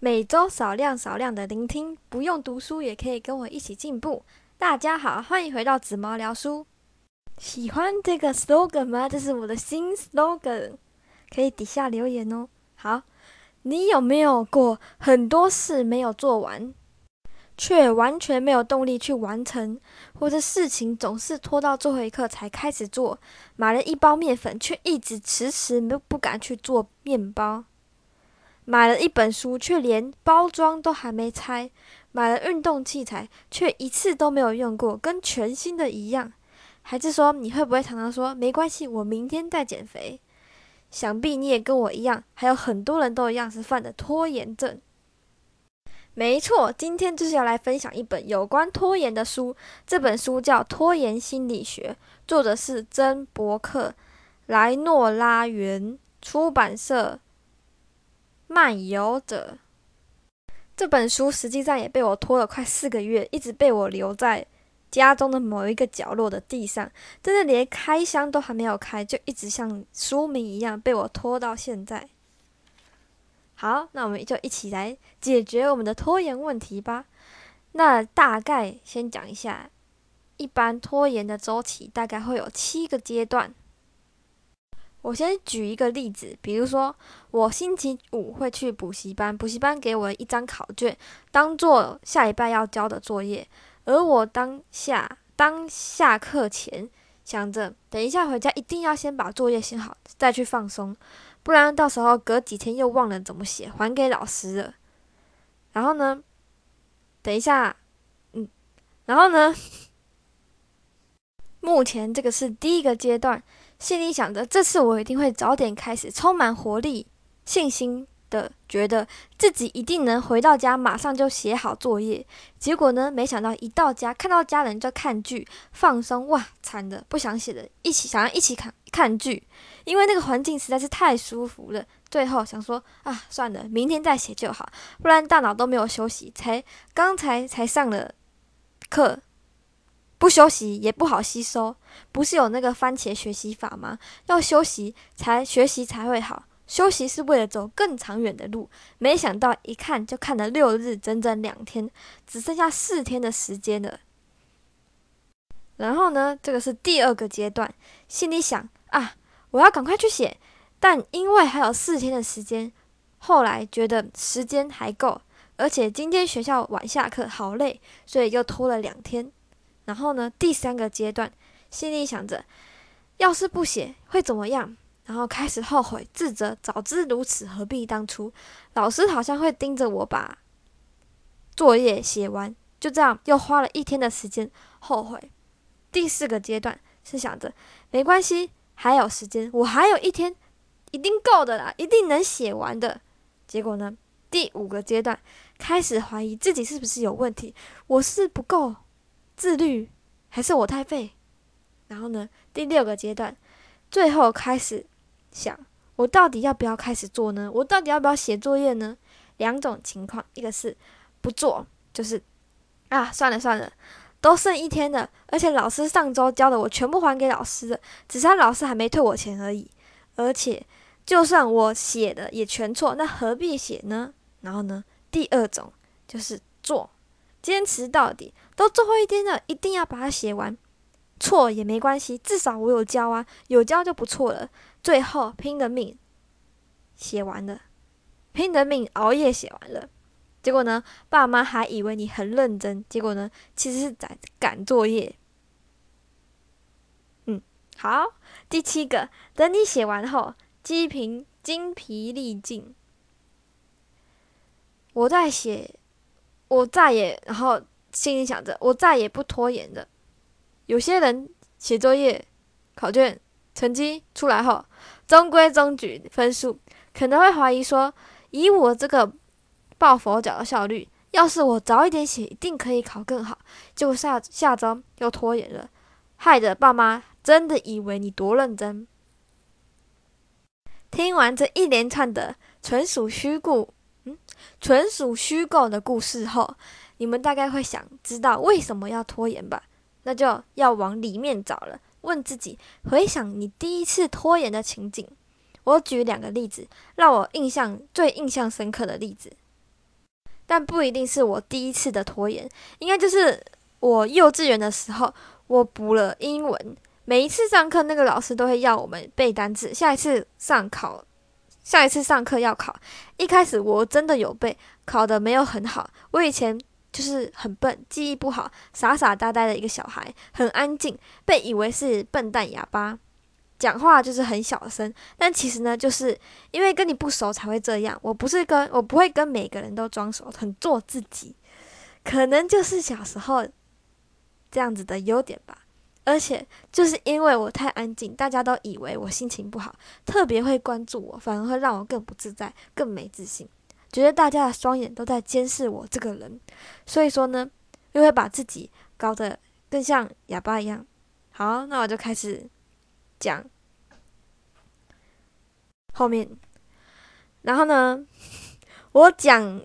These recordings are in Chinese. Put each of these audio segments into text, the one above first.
每周少量少量的聆听，不用读书也可以跟我一起进步。大家好，欢迎回到子毛聊书。喜欢这个 slogan 吗？这是我的新 slogan，可以底下留言哦。好，你有没有过很多事没有做完，却完全没有动力去完成，或者事情总是拖到最后一刻才开始做？买了一包面粉，却一直迟迟不敢去做面包。买了一本书，却连包装都还没拆；买了运动器材，却一次都没有用过，跟全新的一样。还是说，你会不会常常说没关系，我明天再减肥？想必你也跟我一样，还有很多人都一样是犯的拖延症。没错，今天就是要来分享一本有关拖延的书。这本书叫《拖延心理学》，作者是珍·伯克、莱诺拉原，出版社漫游者。这本书实际上也被我拖了快4个月，一直被我留在家中的某一个角落的地上，真的连开箱都还没有开，就一直像书名一样被我拖到现在。好，那我们就一起来解决我们的拖延问题吧。那大概先讲一下，一般拖延的周期大概会有7个阶段。我先举一个例子，比如说我星期五会去补习班，补习班给我一张考卷，当做下礼拜要交的作业，而我当下课前想着，等一下回家一定要先把作业写好，再去放松，不然到时候隔几天又忘了怎么写，还给老师了。然后呢，等一下，然后呢，目前这个是第一个阶段。心里想着，这次我一定会早点开始，充满活力、信心的，觉得自己一定能回到家马上就写好作业。结果呢，没想到一到家，看到家人就看剧、放松，哇，惨的，不想写的，想要一起看剧，因为那个环境实在是太舒服了。最后想说啊，算了，明天再写就好，不然大脑都没有休息，刚才上了课。不休息也不好吸收，不是有那个番茄学习法吗？要休息学习才会好，休息是为了走更长远的路。没想到一看就看了6日，整整2天，只剩下4天的时间了。然后呢，这个是第2个阶段，心里想啊，我要赶快去写，但因为还有4天的时间，后来觉得时间还够，而且今天学校晚下课好累，所以又拖了2天。然后呢，第3个阶段，心里想着，要是不写会怎么样？然后开始后悔、自责，早知如此，何必当初？老师好像会盯着我把作业写完，就这样又花了1天的时间，后悔。第4个阶段是想着，没关系，还有时间，我还有1天，一定够的啦，一定能写完的。结果呢，第5个阶段开始怀疑自己是不是有问题，我是不够自律，还是我太废？然后呢，第6个阶段，最后开始想，我到底要不要开始做呢？我到底要不要写作业呢？2种情况，一个是不做，就是啊，算了，都剩1天了，而且老师上周教的我全部还给老师了，只是老师还没退我钱而已。而且，就算我写的也全错，那何必写呢？然后呢，第2种就是做。坚持到底，都最后1天了，一定要把它写完。错也没关系，至少我有交啊，有交就不错了。最后拼了命写完了，拼了命熬夜写完了。结果呢，爸妈还以为你很认真，结果呢，其实是在赶作业。好，第7个，等你写完后，精疲力尽。我在写，然后心里想着，我再也不拖延了。有些人写作业、考卷成绩出来后，中规中矩分数，可能会怀疑说，以我这个抱佛脚的效率，要是我早一点写，一定可以考更好。结果下周又拖延了，害得爸妈真的以为你多认真。听完这一连串的纯属虚构的故事后，你们大概会想知道为什么要拖延吧？那就要往里面找了，问自己，回想你第一次拖延的情景。我举2个例子，让我最印象深刻的例子。 但不一定是我第一次的拖延，应该就是我幼稚园的时候，我补了英文，每一次上课那个老师都会要我们背单词，下一次上课要考。一开始我真的有背，考得没有很好，我以前就是很笨，记忆不好，傻傻呆呆的一个小孩，很安静，被以为是笨蛋哑巴，讲话就是很小声，但其实呢，就是因为跟你不熟才会这样。我不会跟每个人都装熟，很做自己，可能就是小时候这样子的优点吧。而且就是因为我太安静，大家都以为我心情不好，特别会关注我，反而会让我更不自在，更没自信，觉得大家的双眼都在监视我这个人，所以说呢，又会把自己搞得更像哑巴一样。好，那我就开始讲后面，然后呢，我讲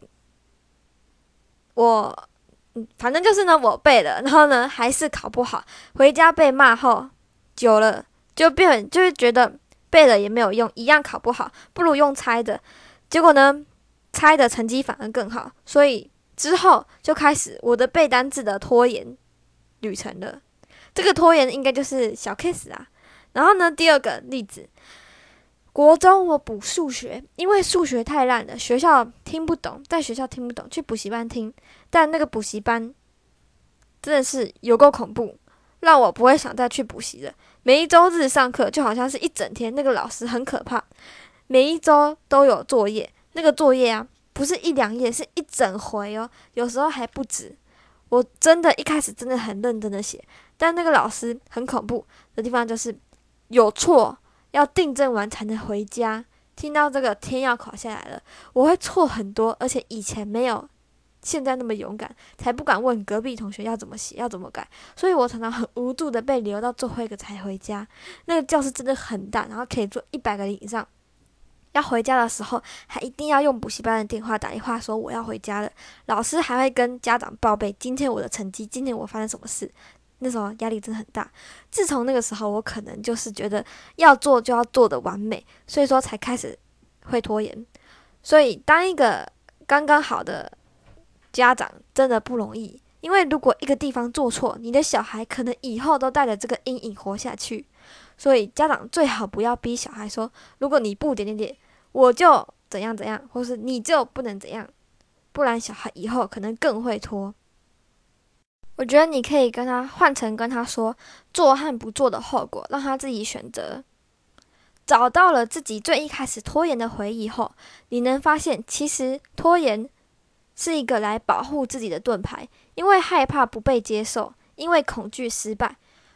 我反正就是呢，我背了，然后呢还是考不好，回家被骂后，久了就会觉得背了也没有用，一样考不好，不如用猜的。结果呢，猜的成绩反而更好，所以之后就开始我的背单字的拖延旅程了。这个拖延应该就是小 case 啊。然后呢，第二个例子，国中我补数学，因为数学太烂了，学校听不懂，在学校听不懂，去补习班听，但那个补习班真的是有够恐怖，让我不会想再去补习了。每一周日上课就好像是一整天，那个老师很可怕，每一周都有作业，那个作业啊，不是一两页，是一整回哦，有时候还不止。我真的一开始真的很认真的写，但那个老师很恐怖的地方就是有错要订正完才能回家。听到这个天要垮下来了，我会错很多，而且以前没有现在那么勇敢，才不敢问隔壁同学要怎么写，要怎么改，所以我常常很无助的被留到最后一个才回家。那个教室真的很大，然后可以坐100个人以上。要回家的时候，还一定要用补习班的电话打电话说我要回家了。老师还会跟家长报备今天我的成绩，今天我发生什么事。那时候压力真的很大。自从那个时候，我可能就是觉得要做就要做的完美，所以说才开始会拖延。所以当一个刚刚好的家长真的不容易，因为如果一个地方做错，你的小孩可能以后都带着这个阴影活下去。所以家长最好不要逼小孩说，如果你不点点点，我就怎样怎样，或是你就不能怎样，不然小孩以后可能更会拖。我觉得你可以换成跟他说做和不做的后果，让他自己选择。找到了自己最一开始拖延的回忆后，你能发现其实拖延是一个来保护自己的盾牌，因为害怕不被接受，因为恐惧失败。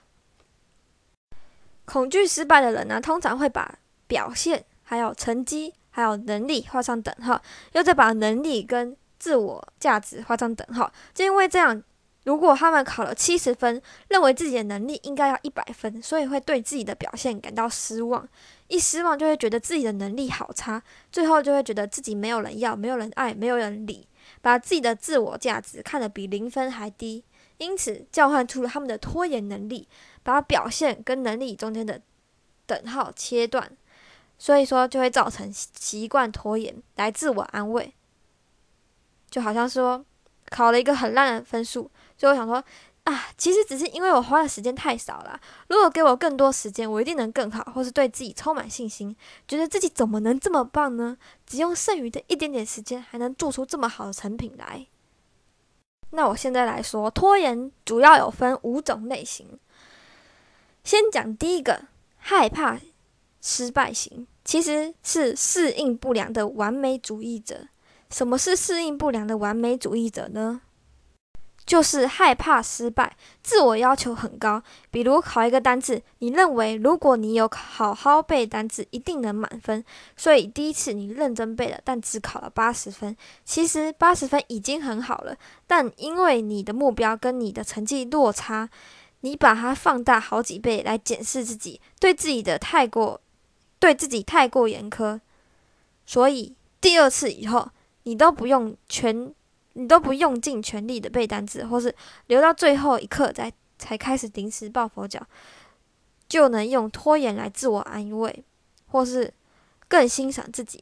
恐惧失败的人呢，通常会把表现、还有成绩、还有能力画上等号，又再把能力跟自我价值画上等号。就因为这样，如果他们考了70分，认为自己的能力应该要100分，所以会对自己的表现感到失望。一失望就会觉得自己的能力好差，最后就会觉得自己没有人要、没有人爱、没有人理，把自己的自我价值看得比0分还低。因此，交换出了他们的拖延能力，把表现跟能力中间的等号切断，所以说就会造成习惯拖延来自我安慰。就好像说考了一个很烂的分数，就会想说啊，其实只是因为我花的时间太少了，如果给我更多时间，我一定能更好，或是对自己充满信心，觉得自己怎么能这么棒呢？只用剩余的一点点时间，还能做出这么好的成品来。那我现在来说，拖延主要有分5种类型。先讲第一个，害怕失败型，其实是适应不良的完美主义者。什么是适应不良的完美主义者呢？就是害怕失败，自我要求很高。比如考一个单字，你认为如果你有好好背单字，一定能满分，所以第一次你认真背了，但只考了80分。其实80分已经很好了，但因为你的目标跟你的成绩落差，你把它放大好几倍来检视自己，对自己太过严苛，所以第二次以后，你都不用尽全力的背单词，或是留到最后一刻才开始临时抱佛脚，就能用拖延来自我安慰，或是更欣赏自己。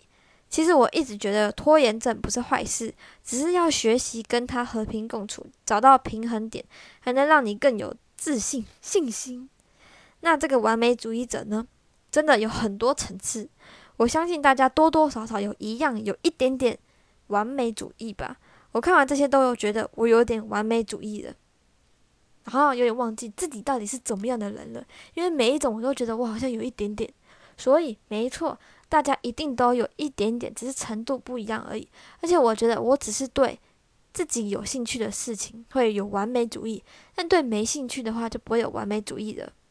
其实我一直觉得拖延症不是坏事，只是要学习跟它和平共处，找到平衡点，还能让你更有自信、信心。那这个完美主义者呢，真的有很多层次。我相信大家多多少少有一点点完美主义吧。我看完这些都有觉得我有点完美主义了，然后有点忘记自己到底是怎么样的人了。因为每一种我都觉得我好像有一点点，所以没错，大家一定都有一点点，只是程度不一样而已。而且我觉得我只是对自己有兴趣的事情会有完美主义，但对没兴趣的话就不会有完美主义了。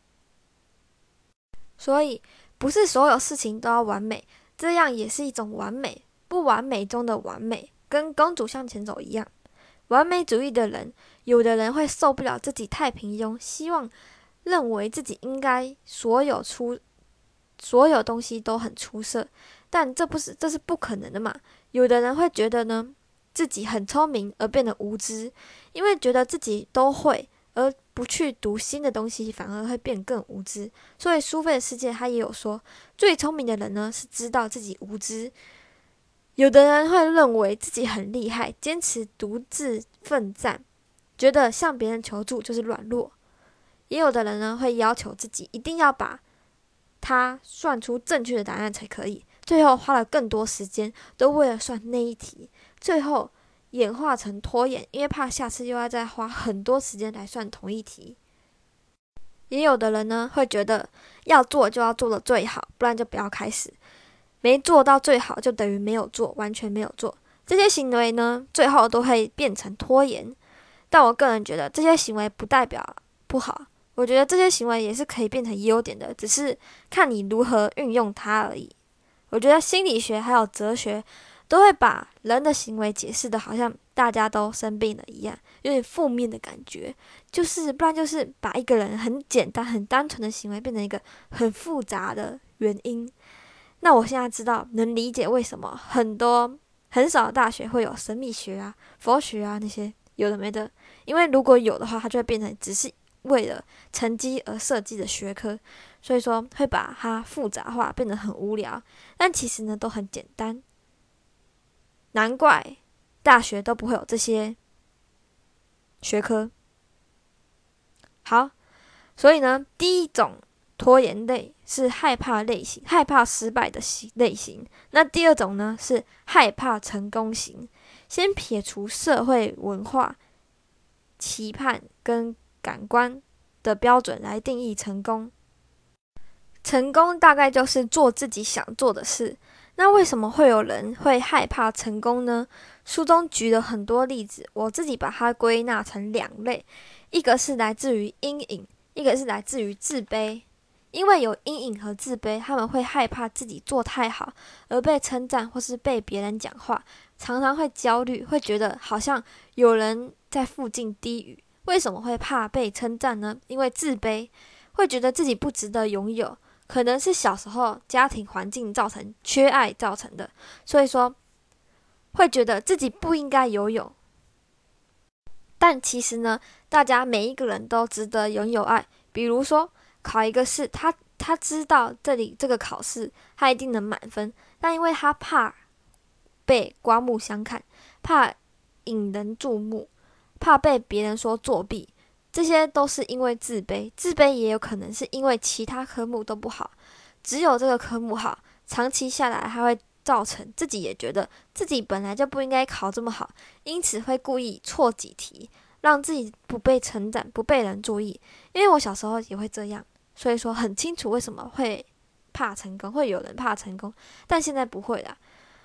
所以不是所有事情都要完美，这样也是一种完美，不完美中的完美，跟公主向前走一样。完美主义的人，有的人会受不了自己太平庸，认为自己应该所有东西都很出色，但这是不可能的嘛。有的人会觉得呢，自己很聪明而变得无知，因为觉得自己都会，而不去读新的东西，反而会变更无知。所以苏菲的世界他也有说，最聪明的人呢是知道自己无知。有的人会认为自己很厉害，坚持独自奋战，觉得向别人求助就是软弱。也有的人呢会要求自己一定要把他算出正确的答案才可以，最后花了更多时间都为了算那一题，最后演化成拖延，因为怕下次又要再花很多时间来算同一题。也有的人呢会觉得要做就要做得最好，不然就不要开始，没做到最好就等于没有做，完全没有做。这些行为呢最后都会变成拖延，但我个人觉得这些行为不代表不好，我觉得这些行为也是可以变成优点的，只是看你如何运用它而已。我觉得心理学还有哲学都会把人的行为解释的好像大家都生病了一样，有点负面的感觉，不然就是把一个人很简单很单纯的行为变成一个很复杂的原因。那我现在知道能理解为什么很少的大学会有神秘学啊、佛学啊那些有的没的，因为如果有的话，它就会变成只是为了成绩而设计的学科，所以说会把它复杂化，变得很无聊。但其实呢，都很简单，难怪大学都不会有这些学科。好，所以呢，第一种拖延类是害怕类型，害怕失败的类型。那第二种呢是害怕成功型。先撇除社会文化期盼跟感官的标准来定义成功，成功大概就是做自己想做的事。那为什么会有人会害怕成功呢？书中举了很多例子，我自己把它归纳成两类，一个是来自于阴影，一个是来自于自卑。因为有阴影和自卑，他们会害怕自己做太好而被称赞，或是被别人讲话，常常会焦虑，会觉得好像有人在附近低语。为什么会怕被称赞呢？因为自卑，会觉得自己不值得拥有，可能是小时候家庭环境缺爱造成的，所以说会觉得自己不应该拥有。但其实呢，大家每一个人都值得拥有爱。比如说考一个试，他知道这个考试他一定能满分，但因为他怕被刮目相看，怕引人注目，怕被别人说作弊，这些都是因为自卑。自卑也有可能是因为其他科目都不好，只有这个科目好，长期下来他会造成自己也觉得自己本来就不应该考这么好，因此会故意错几题，让自己不被称赞，不被人注意。因为我小时候也会这样，所以说很清楚为什么会怕成功，会有人怕成功，但现在不会啦。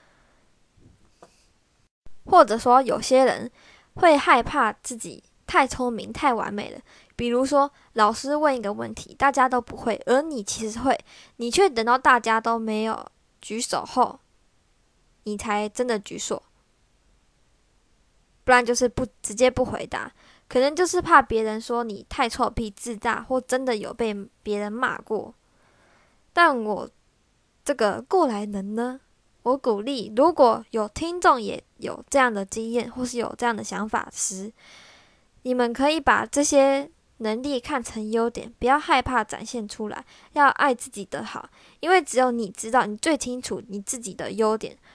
或者说有些人会害怕自己太聪明、太完美了。比如说老师问一个问题，大家都不会，而你其实会，你却等到大家都没有举手后，你才真的举手，不然就是直接不回答。可能就是怕别人说你太臭屁、自大，或真的有被别人骂过。但我这个过来人呢，我鼓励，如果有听众也有这样的经验，或是有这样的想法时，你们可以把这些能力看成优点，不要害怕展现出来，要爱自己的好，因为只有你知道，你最清楚你自己的优点，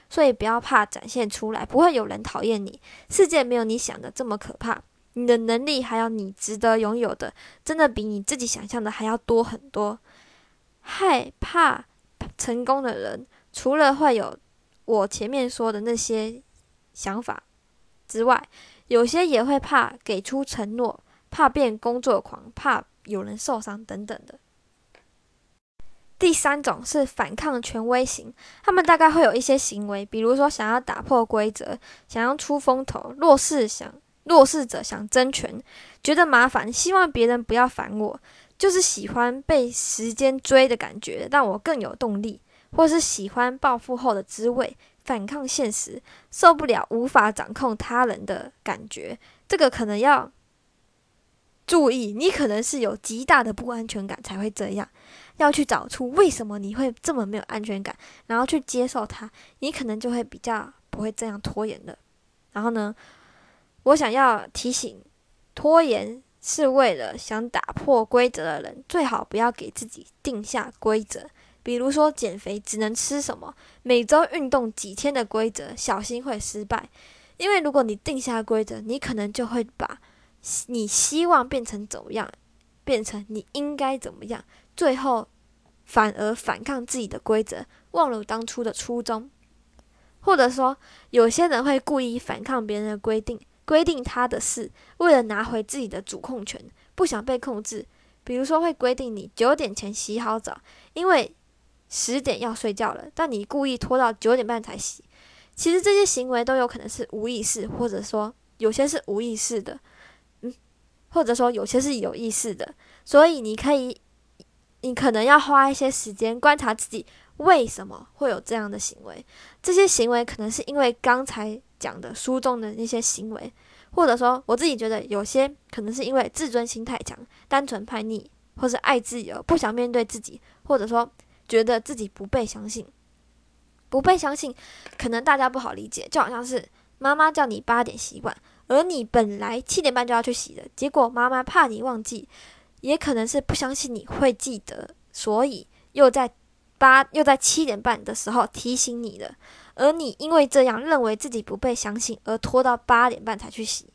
所以不要怕展现出来，不会有人讨厌你。世界没有你想的这么可怕，你的能力还有你值得拥有的，真的比你自己想象的还要多很多。害怕成功的人，除了会有我前面说的那些想法之外，有些也会怕给出承诺，怕变工作狂，怕有人受伤等等的。第三种是反抗权威型，他们大概会有一些行为，比如说想要打破规则，想要出风头，弱势者想争权，觉得麻烦，希望别人不要烦我，就是喜欢被时间追的感觉，让我更有动力，或是喜欢报复后的滋味，反抗现实，受不了无法掌控他人的感觉。这个可能要注意，你可能是有极大的不安全感才会这样，要去找出为什么你会这么没有安全感，然后去接受它，你可能就会比较不会这样拖延了。然后呢，我想要提醒，拖延是为了想打破规则的人，最好不要给自己定下规则，比如说减肥只能吃什么，每周运动几天的规则，小心会失败。因为如果你定下规则，你可能就会把你希望变成怎么样，变成你应该怎么样，最后反而反抗自己的规则，忘了当初的初衷。或者说，有些人会故意反抗别人的规定，规定他的事，为了拿回自己的主控权，不想被控制。比如说，会规定你9点前洗好澡，因为10点要睡觉了，但你故意拖到9点半才洗。其实这些行为都有可能是无意识，或者说有些是无意识的，或者说有些是有意识的。所以你可能要花一些时间观察自己为什么会有这样的行为。这些行为可能是因为刚才讲的书中的那些行为，或者说我自己觉得有些可能是因为自尊心太强，单纯叛逆，或是爱自由，不想面对自己，或者说觉得自己不被相信。不被相信可能大家不好理解，就好像是妈妈叫你8点洗碗，而你本来7点半就要去洗的，结果妈妈怕你忘记，也可能是不相信你会记得，所以又在7点半的时候提醒你的，而你因为这样认为自己不被相信，而拖到8点半才去洗。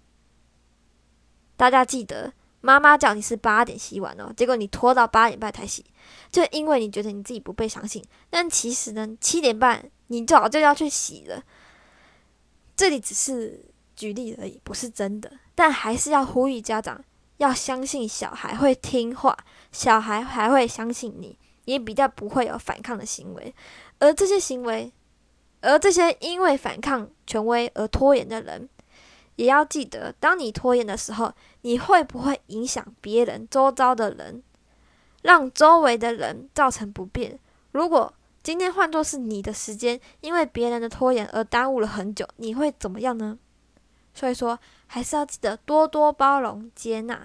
大家记得，妈妈叫你是8点洗碗哦，结果你拖到8点半才洗，就因为你觉得你自己不被相信，但其实呢，7点半你早就要去洗了。这里只是举例而已，不是真的，但还是要呼吁家长要相信小孩会听话，小孩还会相信你，也比较不会有反抗的行为。而这些因为反抗权威而拖延的人，也要记得，当你拖延的时候，你会不会影响别人、周遭的人，让周围的人造成不便？如果今天换作是你的时间，因为别人的拖延而耽误了很久，你会怎么样呢？所以说，还是要记得多多包容、接纳。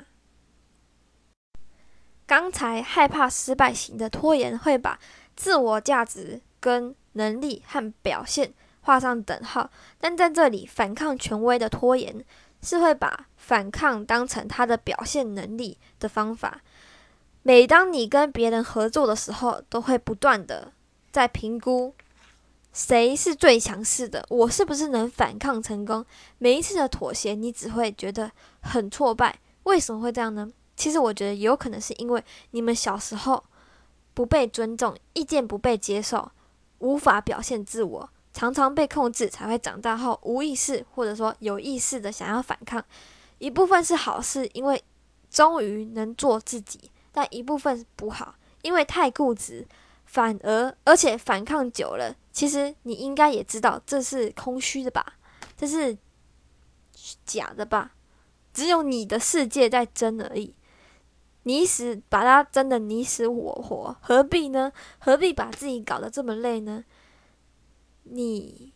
刚才害怕失败型的拖延会把自我价值跟能力和表现画上等号，但在这里反抗权威的拖延是会把反抗当成他的表现能力的方法。每当你跟别人合作的时候，都会不断的在评估谁是最强势的，我是不是能反抗成功。每一次的妥协你只会觉得很挫败，为什么会这样呢？其实我觉得有可能是因为你们小时候不被尊重，意见不被接受，无法表现自我，常常被控制，才会长大后无意识或者说有意识的想要反抗。一部分是好事，因为终于能做自己，但一部分不好，因为太固执，而且反抗久了，其实你应该也知道这是空虚的吧，这是假的吧，只有你的世界在争而已。把它争得你死我活，何必呢？何必把自己搞得这么累呢？你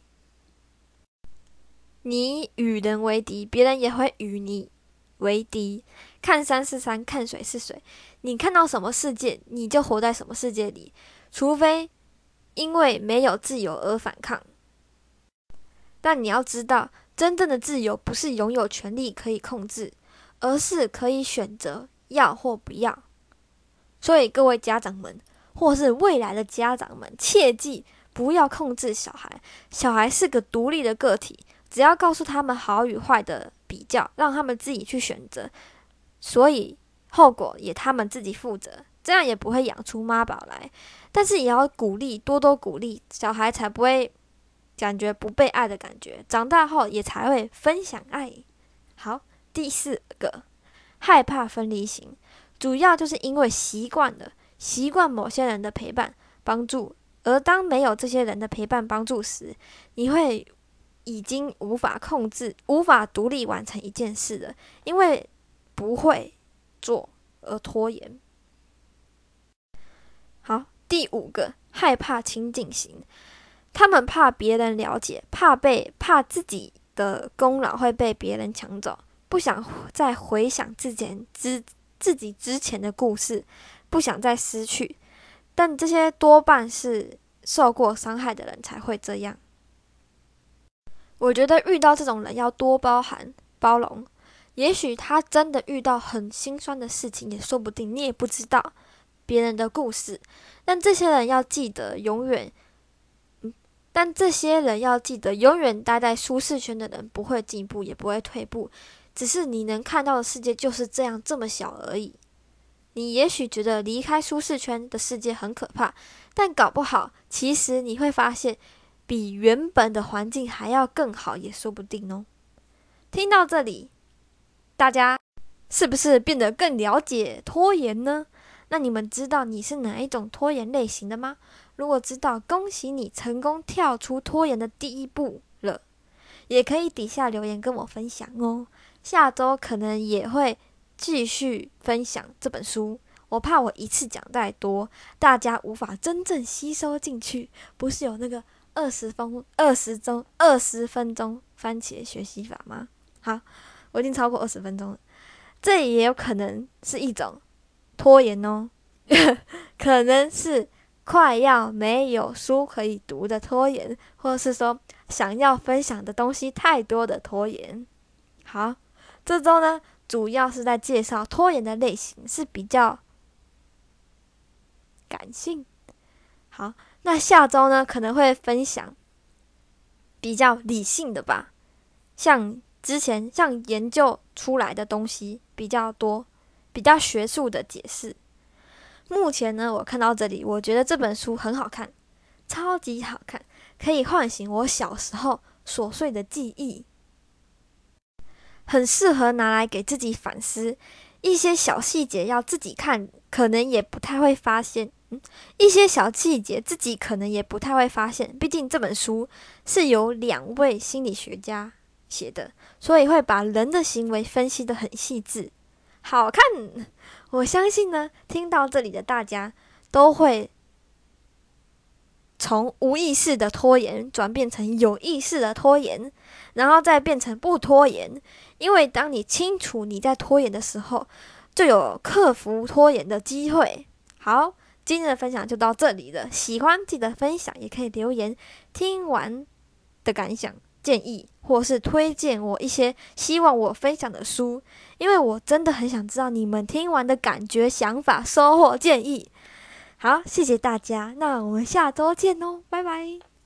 与人为敌，别人也会与你为敌。看山是山，看水是水。你看到什么世界，你就活在什么世界里。除非因为没有自由而反抗。但你要知道，真正的自由不是拥有权利可以控制，而是可以选择要或不要。所以各位家长们，或是未来的家长们，切记不要控制小孩，小孩是个独立的个体，只要告诉他们好与坏的比较，让他们自己去选择，所以后果也他们自己负责，这样也不会养出妈宝来。但是也要鼓励，多多鼓励，小孩才不会感觉不被爱的感觉，长大后也才会分享爱。好，第4个，害怕分离型，主要就是因为习惯某些人的陪伴帮助，而当没有这些人的陪伴帮助时，你会已经无法控制、无法独立完成一件事了，因为不会做而拖延。好，第5个，害怕亲近型，他们怕别人了解，怕自己的功劳会被别人抢走，不想再回想自己之前的故事，不想再失去。但这些多半是受过伤害的人才会这样。我觉得遇到这种人要多包容，也许他真的遇到很心酸的事情也说不定，你也不知道别人的故事。但这些人要记得永远待在舒适圈的人不会进步也不会退步，只是你能看到的世界就是这样这么小而已。你也许觉得离开舒适圈的世界很可怕，但搞不好其实你会发现比原本的环境还要更好也说不定哦。听到这里，大家是不是变得更了解拖延呢？那你们知道你是哪一种拖延类型的吗？如果知道，恭喜你成功跳出拖延的第一步了。也可以底下留言跟我分享哦。下周可能也会继续分享这本书，我怕我一次讲太多，大家无法真正吸收进去。不是有那个20分钟番茄学习法吗？好，我已经超过20分钟了，这也有可能是一种拖延哦，可能是快要没有书可以读的拖延，或者是说想要分享的东西太多的拖延。好，这周呢主要是在介绍拖延的类型，是比较感性。好，那下周呢可能会分享比较理性的吧，像研究出来的东西比较多，比较学术的解释。目前呢我看到这里，我觉得这本书很好看，超级好看，可以唤醒我小时候琐碎的记忆，很适合拿来给自己反思。一些小细节要自己看，可能也不太会发现。一些小细节自己可能也不太会发现，毕竟这本书是由2位心理学家写的，所以会把人的行为分析得很细致，好看。我相信呢，听到这里的大家都会从无意识的拖延转变成有意识的拖延，然后再变成不拖延。因为当你清楚你在拖延的时候，就有克服拖延的机会。好，今天的分享就到这里了，喜欢记得分享，也可以留言听完的感想、建议，或是推荐我一些希望我分享的书，因为我真的很想知道你们听完的感觉、想法、收获、建议。好，谢谢大家，那我们下周见哦，拜拜。